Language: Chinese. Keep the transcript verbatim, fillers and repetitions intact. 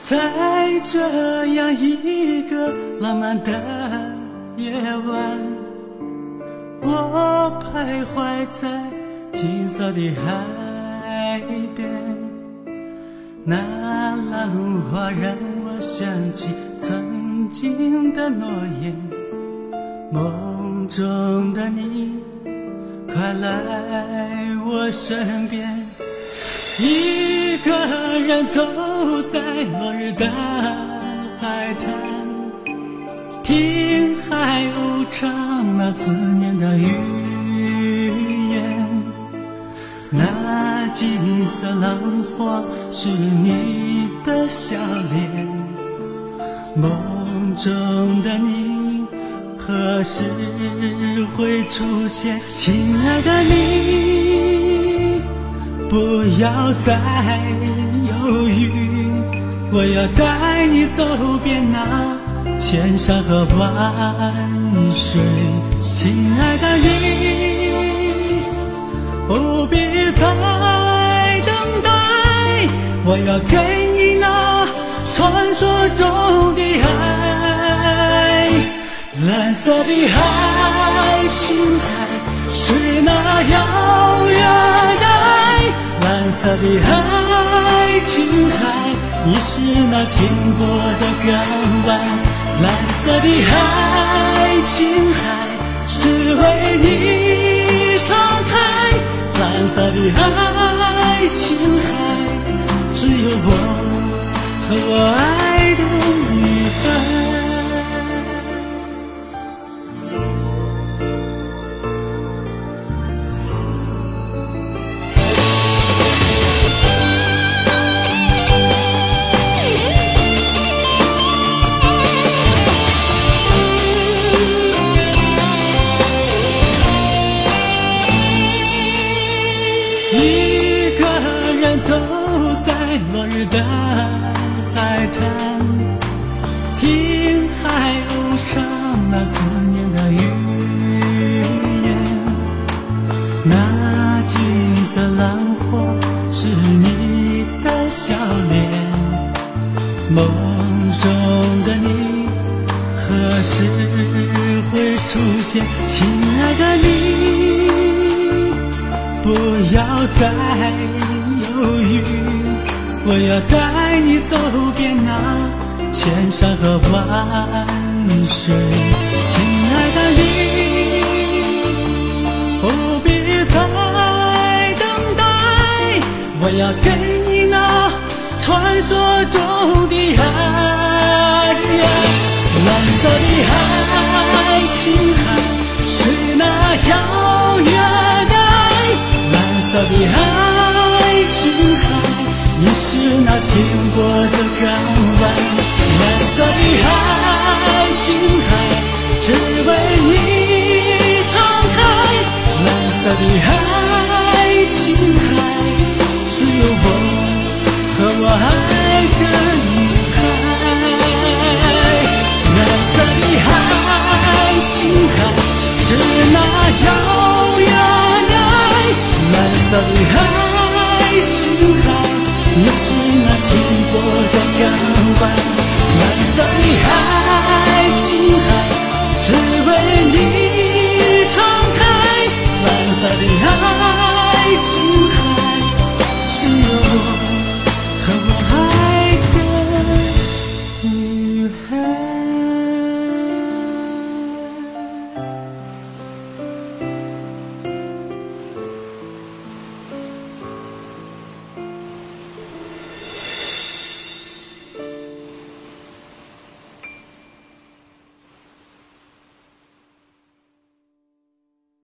在这样一个浪漫的夜晚，我徘徊在金色的海边，那浪花让我想起曾经的诺言，梦中的你快来我身边，一个人走在落日的海滩，听海鸥唱那思念的语言，那金色浪花是你的笑脸，梦中的你何时会出现？亲爱的你，不要再犹豫，我要带你走遍那千山和万水。亲爱的你，不必再等待，我要给你那传说中的爱。蓝色的海，星海是那遥远的爱，蓝色的海，青海，你是那停泊的港湾。蓝色的海，青海，只为你敞开。蓝色的海，青海，只有我和我爱的女孩。走在落日的海滩，听海鸥唱那思念的语言，那金色浪花是你的笑脸，梦中的你何时会出现？亲爱的你，不要再犹豫，我要带你走遍那千山和万水。亲爱的你，不必再等待，我要给你那传说中的爱。蓝色的海，星海是那遥远的爱，蓝色的海，青海，你是那停泊的港湾。蓝色的海，青海，只为你敞开。蓝色的海，青海，只有我和我爱的女孩。蓝色的海，青海，是那遥远的爱。蓝色的海，青海，你是那